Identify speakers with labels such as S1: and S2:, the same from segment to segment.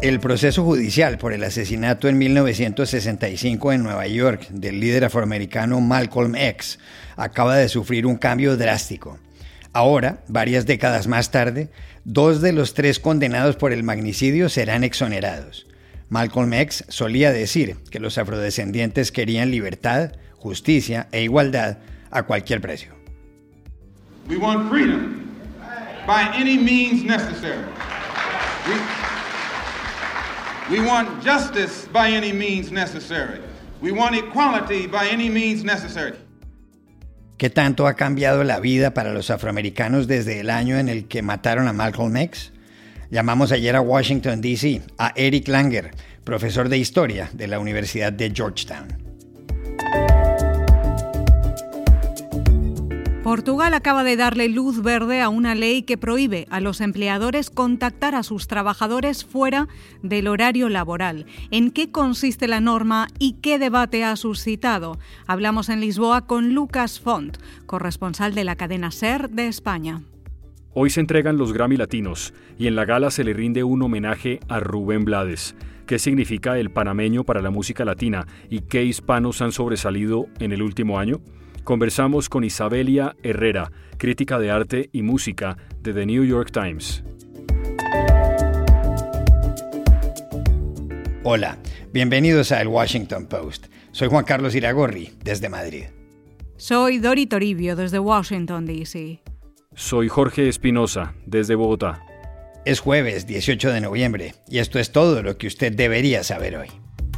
S1: El proceso judicial por el asesinato en 1965 en Nueva York del líder afroamericano Malcolm X acaba de sufrir un cambio drástico. Ahora, varias décadas más tarde, 2 de los 3 condenados por el magnicidio serán exonerados. Malcolm X solía decir que los afrodescendientes querían libertad, justicia e igualdad a cualquier precio.
S2: We want freedom by any means necessary. We want justice by any means necessary. We want equality by any means necessary.
S1: ¿Qué tanto ha cambiado la vida para los afroamericanos desde el año en el que mataron a Malcolm X? Llamamos ayer a Washington, D.C., a Eric Langer, profesor de Historia de la Universidad de Georgetown.
S3: Portugal acaba de darle luz verde a una ley que prohíbe a los empleadores contactar a sus trabajadores fuera del horario laboral. ¿En qué consiste la norma y qué debate ha suscitado? Hablamos en Lisboa con Lucas Font, corresponsal de la cadena SER de España.
S4: Hoy se entregan los Grammy Latinos y en la gala se le rinde un homenaje a Rubén Blades. ¿Qué significa el panameño para la música latina y qué hispanos han sobresalido en el último año? Conversamos con Isabelia Herrera, crítica de arte y música de The New York Times.
S1: Hola, bienvenidos a El Washington Post. Soy Juan Carlos Iragorri, desde Madrid.
S3: Soy Dori Toribio, desde Washington, D.C.
S4: Soy Jorge Espinosa, desde Bogotá.
S1: Es jueves 18 de noviembre y esto es todo lo que usted debería saber hoy.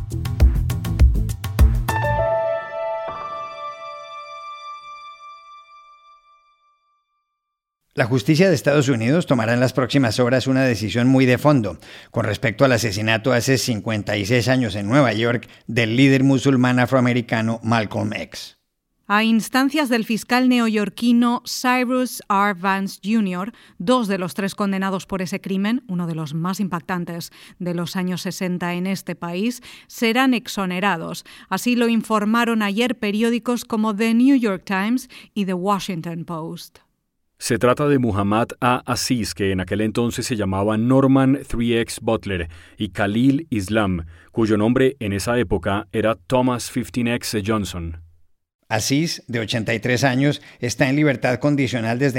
S1: La justicia de Estados Unidos tomará en las próximas horas una decisión muy de fondo con respecto al asesinato hace 56 años en Nueva York del líder musulmán afroamericano Malcolm X.
S3: A instancias del fiscal neoyorquino Cyrus R. Vance Jr., 2 de los 3 condenados por ese crimen, uno de los más impactantes de los años 60 en este país, serán exonerados. Así lo informaron ayer periódicos como The New York Times y The Washington Post.
S4: Se trata de Muhammad A. Aziz, que en aquel entonces se llamaba Norman 3X Butler, y Khalil Islam, cuyo nombre en esa época era Thomas 15X Johnson.
S1: Aziz, de 83 años, está en libertad condicional desde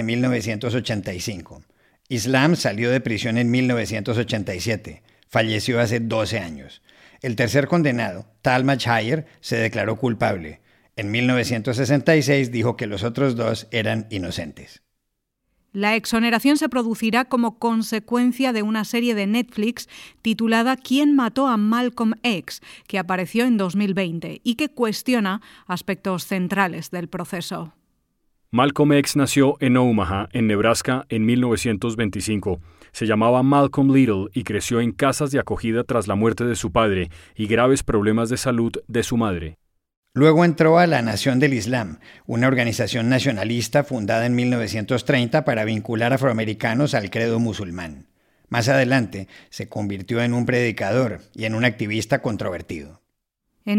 S1: 1985. Islam salió de prisión en 1987. Falleció hace 12 años. El tercer condenado, Talmadge Hayer, se declaró culpable. En 1966 dijo que los otros 2 eran inocentes.
S3: La exoneración se producirá como consecuencia de una serie de Netflix titulada ¿Quién mató a Malcolm X?, que apareció en 2020 y que cuestiona aspectos centrales del proceso.
S4: Malcolm X nació en Omaha, en Nebraska, en 1925. Se llamaba Malcolm Little y creció en casas de acogida tras la muerte de su padre y graves problemas de salud de su madre.
S1: Luego entró a la Nación del Islam, una organización nacionalista fundada en 1930 para vincular afroamericanos al credo musulmán. Más adelante, se convirtió en un predicador y en un activista controvertido.
S3: En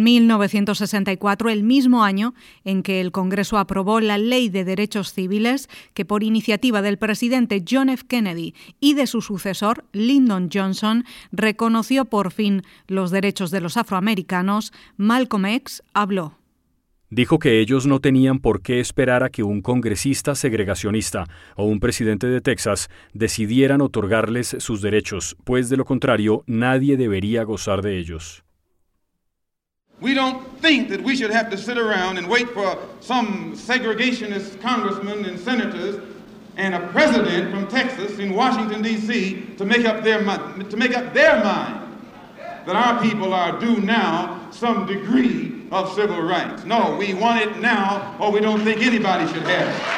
S3: 1964, el mismo año en que el Congreso aprobó la Ley de Derechos Civiles, que por iniciativa del presidente John F. Kennedy y de su sucesor, Lyndon Johnson, reconoció por fin los derechos de los afroamericanos, Malcolm X habló.
S4: Dijo que ellos no tenían por qué esperar a que un congresista segregacionista o un presidente de Texas decidieran otorgarles sus derechos, pues de lo contrario, nadie debería gozar de ellos.
S2: We don't think that we should have to sit around and wait for some segregationist congressmen and senators and a president from Texas in Washington, D.C. to make up their mind that our people are due now some degree of civil rights. No, we want it now or we don't think anybody should have it.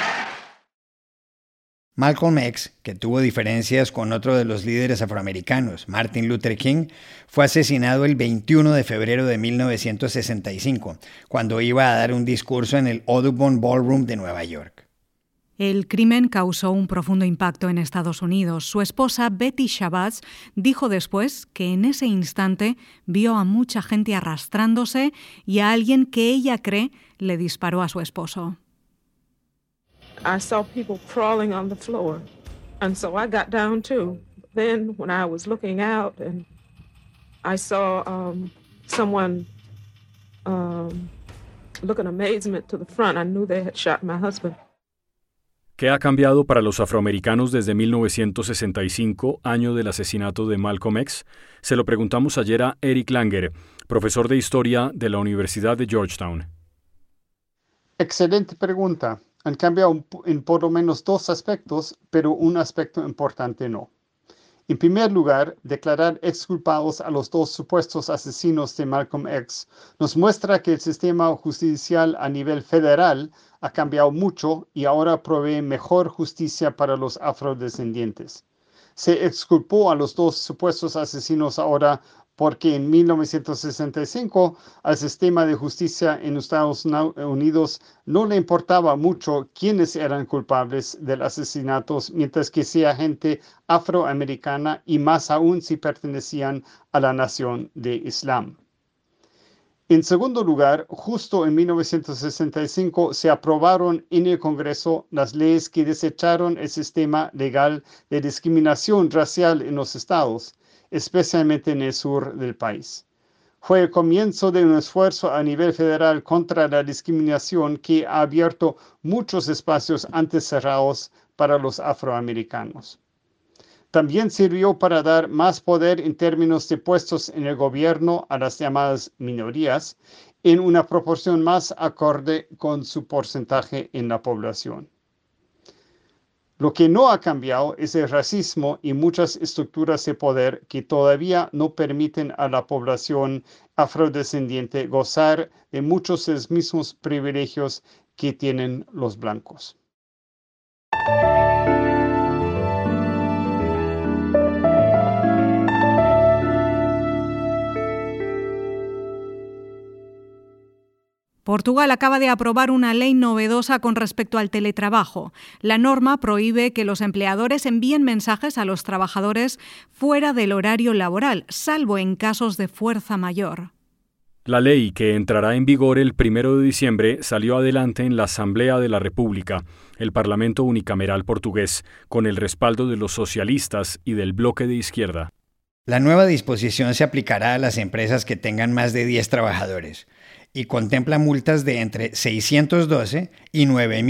S1: Malcolm X, que tuvo diferencias con otro de los líderes afroamericanos, Martin Luther King, fue asesinado el 21 de febrero de 1965, cuando iba a dar un discurso en el Audubon Ballroom de Nueva York.
S3: El crimen causó un profundo impacto en Estados Unidos. Su esposa, Betty Shabazz, dijo después que en ese instante vio a mucha gente arrastrándose y a alguien que ella cree le disparó a su esposo.
S5: I saw people crawling on the floor, and so I got down too. Then when I was looking out and I saw someone look in amazement to the front. I knew they had shot my husband.
S4: ¿Qué ha cambiado para los afroamericanos desde 1965, año del asesinato de Malcolm X? Se lo preguntamos ayer a Eric Langer, profesor de Historia de la Universidad de Georgetown.
S6: Excelente pregunta. Han cambiado en por lo menos dos aspectos, pero un aspecto importante no. En primer lugar, declarar exculpados a los dos supuestos asesinos de Malcolm X nos muestra que el sistema judicial a nivel federal ha cambiado mucho y ahora provee mejor justicia para los afrodescendientes. Se exculpó a los dos supuestos asesinos ahora porque en 1965 al sistema de justicia en Estados Unidos no le importaba mucho quiénes eran culpables del asesinato, mientras que sea gente afroamericana y más aún si pertenecían a la nación de Islam. En segundo lugar, justo en 1965 se aprobaron en el Congreso las leyes que desecharon el sistema legal de discriminación racial en los estados, especialmente en el sur del país. Fue el comienzo de un esfuerzo a nivel federal contra la discriminación que ha abierto muchos espacios antes cerrados para los afroamericanos. También sirvió para dar más poder en términos de puestos en el gobierno a las llamadas minorías, en una proporción más acorde con su porcentaje en la población. Lo que no ha cambiado es el racismo y muchas estructuras de poder que todavía no permiten a la población afrodescendiente gozar de muchos de los mismos privilegios que tienen los blancos.
S3: Portugal acaba de aprobar una ley novedosa con respecto al teletrabajo. La norma prohíbe que los empleadores envíen mensajes a los trabajadores fuera del horario laboral, salvo en casos de fuerza mayor.
S4: La ley, que entrará en vigor el 1 de diciembre, salió adelante en la Asamblea de la República, el Parlamento unicameral portugués, con el respaldo de los socialistas y del bloque de izquierda.
S1: La nueva disposición se aplicará a las empresas que tengan más de 10 trabajadores y contempla multas de entre 612 y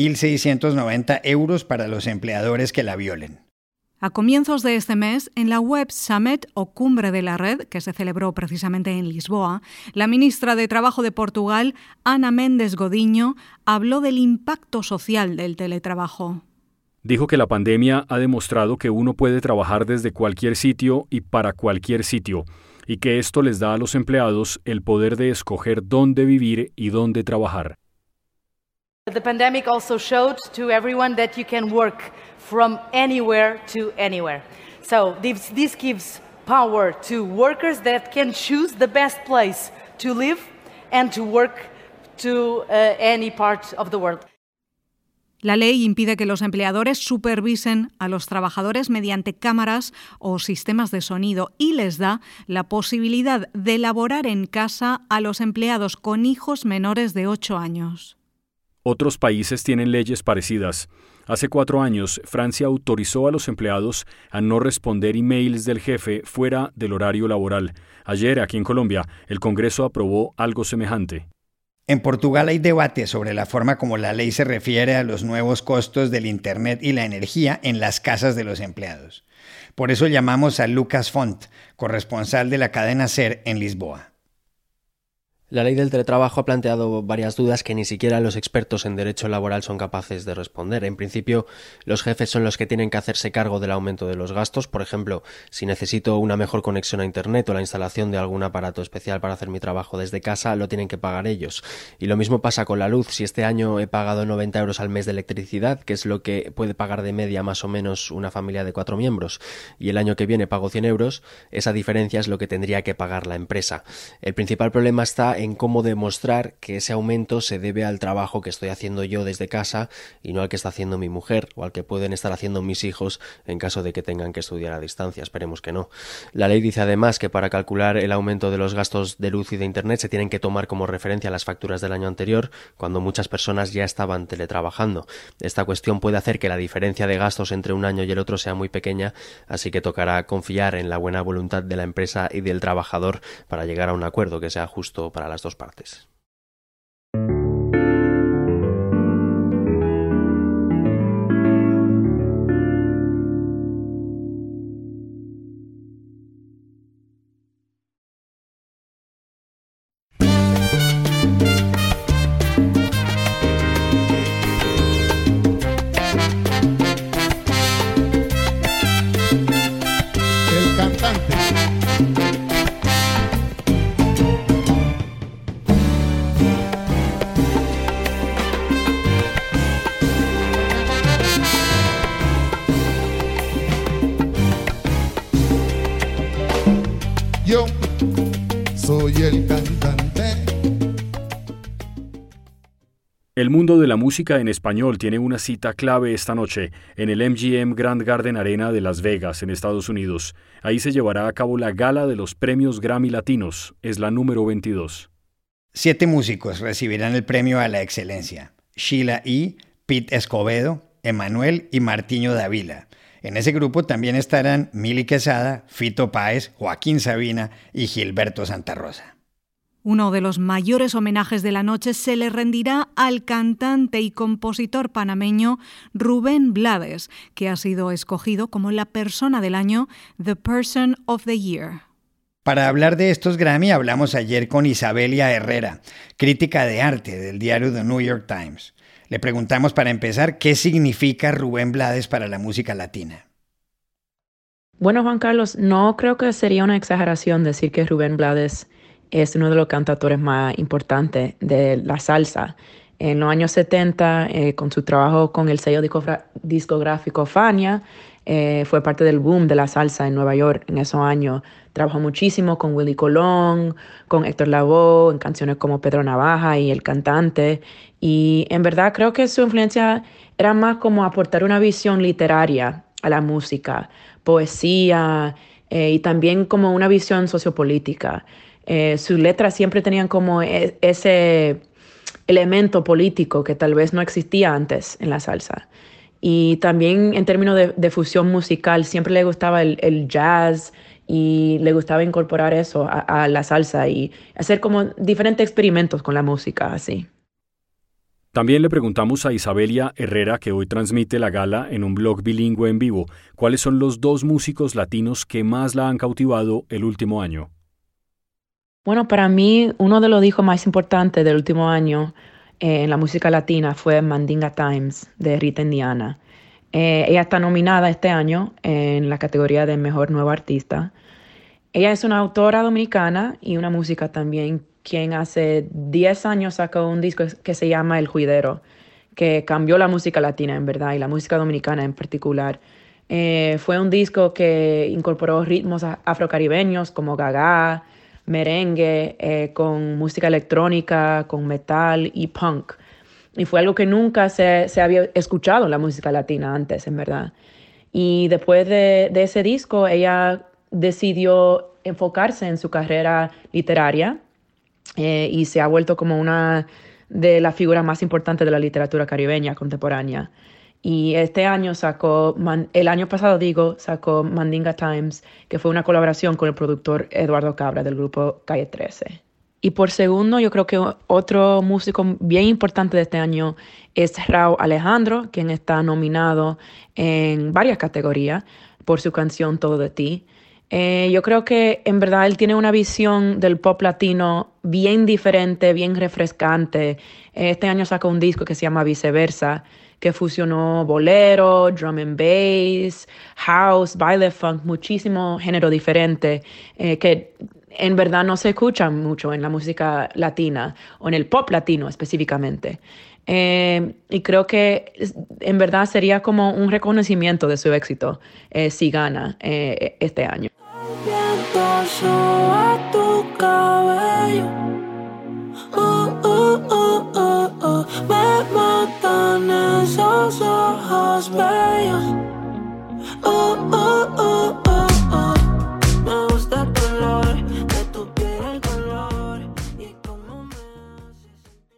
S1: 9.690 euros para los empleadores que la violen.
S3: A comienzos de este mes, en la Web Summit o Cumbre de la Red, que se celebró precisamente en Lisboa, la ministra de Trabajo de Portugal, Ana Mendes Godinho, habló del impacto social del teletrabajo.
S4: Dijo que la pandemia ha demostrado que uno puede trabajar desde cualquier sitio y para cualquier sitio, y que esto les da a los empleados el poder de escoger dónde vivir y dónde trabajar.
S7: The pandemic also showed to everyone that you can work from anywhere to anywhere. So this gives power to workers that can choose the best place to live and to work to any part of the world.
S3: La ley impide que los empleadores supervisen a los trabajadores mediante cámaras o sistemas de sonido y les da la posibilidad de laborar en casa a los empleados con hijos menores de 8 años.
S4: Otros países tienen leyes parecidas. Hace 4 años, Francia autorizó a los empleados a no responder emails del jefe fuera del horario laboral. Ayer, aquí en Colombia, el Congreso aprobó algo semejante.
S1: En Portugal hay debate sobre la forma como la ley se refiere a los nuevos costos del Internet y la energía en las casas de los empleados. Por eso llamamos a Lucas Font, corresponsal de la cadena SER en Lisboa.
S8: La ley del teletrabajo ha planteado varias dudas que ni siquiera los expertos en derecho laboral son capaces de responder. En principio, los jefes son los que tienen que hacerse cargo del aumento de los gastos. Por ejemplo, si necesito una mejor conexión a Internet o la instalación de algún aparato especial para hacer mi trabajo desde casa, lo tienen que pagar ellos. Y lo mismo pasa con la luz. Si este año he pagado 90 euros al mes de electricidad, que es lo que puede pagar de media más o menos una familia de 4 miembros, y el año que viene pago 100 euros, esa diferencia es lo que tendría que pagar la empresa. El principal problema está está en cómo demostrar que ese aumento se debe al trabajo que estoy haciendo yo desde casa y no al que está haciendo mi mujer o al que pueden estar haciendo mis hijos en caso de que tengan que estudiar a distancia. Esperemos que no. La ley dice además que para calcular el aumento de los gastos de luz y de internet se tienen que tomar como referencia las facturas del año anterior, cuando muchas personas ya estaban teletrabajando. Esta cuestión puede hacer que la diferencia de gastos entre un año y el otro sea muy pequeña, así que tocará confiar en la buena voluntad de la empresa y del trabajador para llegar a un acuerdo que sea justo para las dos partes.
S9: Yo soy el cantante.
S4: El mundo de la música en español tiene una cita clave esta noche en el MGM Grand Garden Arena de Las Vegas, en Estados Unidos. Ahí se llevará a cabo la gala de los premios Grammy Latinos. Es la número 22.
S1: 7 músicos recibirán el premio a la excelencia: Sheila E., Pete Escobedo, Emanuel y Martiño Dávila. En ese grupo también estarán Mili Quesada, Fito Páez, Joaquín Sabina y Gilberto Santa Rosa.
S3: Uno de los mayores homenajes de la noche se le rendirá al cantante y compositor panameño Rubén Blades, que ha sido escogido como la persona del año, The Person of the Year.
S1: Para hablar de estos Grammy hablamos ayer con Isabelia Herrera, crítica de arte del diario The New York Times. Le preguntamos para empezar qué significa Rubén Blades para la música latina.
S10: Bueno, Juan Carlos, no creo que sería una exageración decir que Rubén Blades es uno de los cantautores más importantes de la salsa. En los años 70, con su trabajo con el sello discográfico Fania, fue parte del boom de la salsa en Nueva York en esos años. Trabajó muchísimo con Willy Colón, con Héctor Lavoe, en canciones como Pedro Navaja y El Cantante. Y en verdad creo que su influencia era más como aportar una visión literaria a la música, poesía y también como una visión sociopolítica. Sus letras siempre tenían como ese elemento político que tal vez no existía antes en la salsa. Y también en términos de fusión musical, siempre le gustaba el jazz y le gustaba incorporar eso a la salsa y hacer como diferentes experimentos con la música, así.
S4: También le preguntamos a Isabelia Herrera, que hoy transmite la gala en un blog bilingüe en vivo, cuáles son los 2 músicos latinos que más la han cautivado el último año.
S10: Bueno, para mí, uno de los discos más importantes del último año en la música latina fue Mandinga Times, de Rita Indiana. Ella está nominada este año en la categoría de Mejor Nuevo Artista. Ella es una autora dominicana y una música también, quien hace 10 años sacó un disco que se llama El Juidero, que cambió la música latina en verdad y la música dominicana en particular. Fue un disco que incorporó ritmos afrocaribeños como gagá, merengue, con música electrónica, con metal y punk. Y fue algo que nunca se había escuchado en la música latina antes, en verdad. Y después de ese disco, ella decidió enfocarse en su carrera literaria y se ha vuelto como una de las figuras más importantes de la literatura caribeña contemporánea. Y este año el año pasado sacó Mandinga Times, que fue una colaboración con el productor Eduardo Cabra del grupo Calle 13. Y por segundo, yo creo que otro músico bien importante de este año es Rauw Alejandro, quien está nominado en varias categorías por su canción Todo de ti. Yo creo que en verdad él tiene una visión del pop latino bien diferente, bien refrescante. Este año sacó un disco que se llama Viceversa, que fusionó bolero, drum and bass, house, baile funk, muchísimo género diferente que en verdad no se escuchan mucho en la música latina o en el pop latino específicamente. Y creo que en verdad sería como un reconocimiento de su éxito si gana este año.
S11: Viento soba tu cabello, Me matan esos ojos bellos. Me gusta el color de tu piel, el color y cómo me hace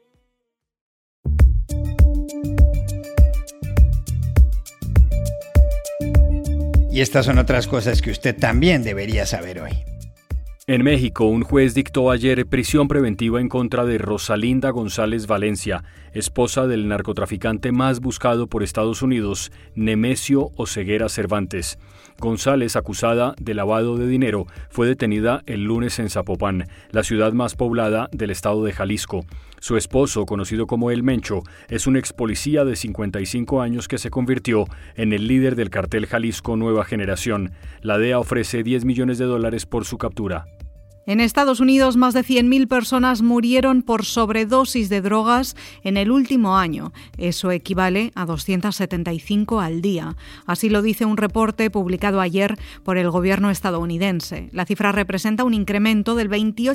S1: sentir. Y estas son otras cosas que usted también debería saber hoy.
S4: En México, un juez dictó ayer prisión preventiva en contra de Rosalinda González Valencia, esposa del narcotraficante más buscado por Estados Unidos, Nemesio Oseguera Cervantes. González, acusada de lavado de dinero, fue detenida el lunes en Zapopan, la ciudad más poblada del estado de Jalisco. Su esposo, conocido como El Mencho, es un ex policía de 55 años que se convirtió en el líder del cartel Jalisco Nueva Generación. La DEA ofrece $10 millones por su captura.
S3: En Estados Unidos, más de 100.000 personas murieron por sobredosis de drogas en el último año. Eso equivale a 275 al día. Así lo dice un reporte publicado ayer por el gobierno estadounidense. La cifra representa un incremento del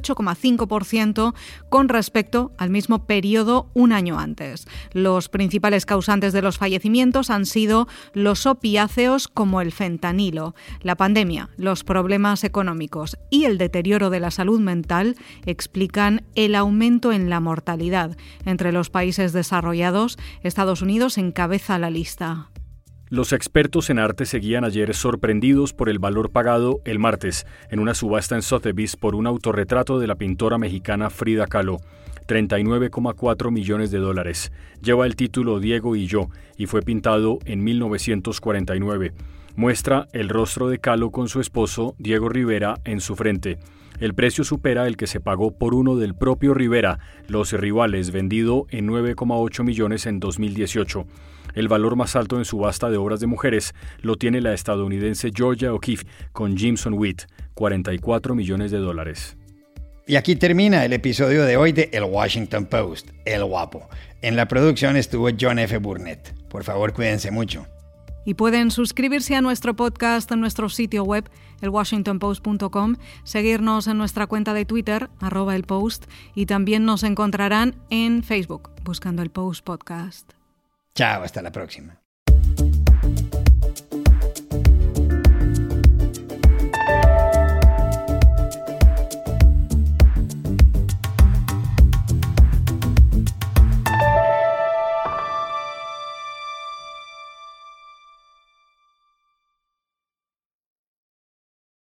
S3: 28,5% con respecto al mismo periodo un año antes. Los principales causantes de los fallecimientos han sido los opiáceos como el fentanilo. La pandemia, los problemas económicos y el deterioro de la salud mental explican el aumento en la mortalidad. Entre los países desarrollados, Estados Unidos encabeza la lista.
S4: Los expertos en arte seguían ayer sorprendidos por el valor pagado el martes en una subasta en Sotheby's por un autorretrato de la pintora mexicana Frida Kahlo. $39,4 millones. Lleva el título Diego y yo y fue pintado en 1949. Muestra el rostro de Kahlo con su esposo Diego Rivera en su frente. El precio supera el que se pagó por uno del propio Rivera, Los Rivales, vendido en 9,8 millones en 2018. El valor más alto en subasta de obras de mujeres lo tiene la estadounidense Georgia O'Keeffe con Jimson Witt, $44 millones.
S1: Y aquí termina el episodio de hoy de El Washington Post, El Guapo. En la producción estuvo John F. Burnett. Por favor, cuídense mucho.
S3: Y pueden suscribirse a nuestro podcast en nuestro sitio web, elwashingtonpost.com, seguirnos en nuestra cuenta de Twitter, @elpost, y también nos encontrarán en Facebook, buscando El Post Podcast.
S1: Chao, hasta la próxima.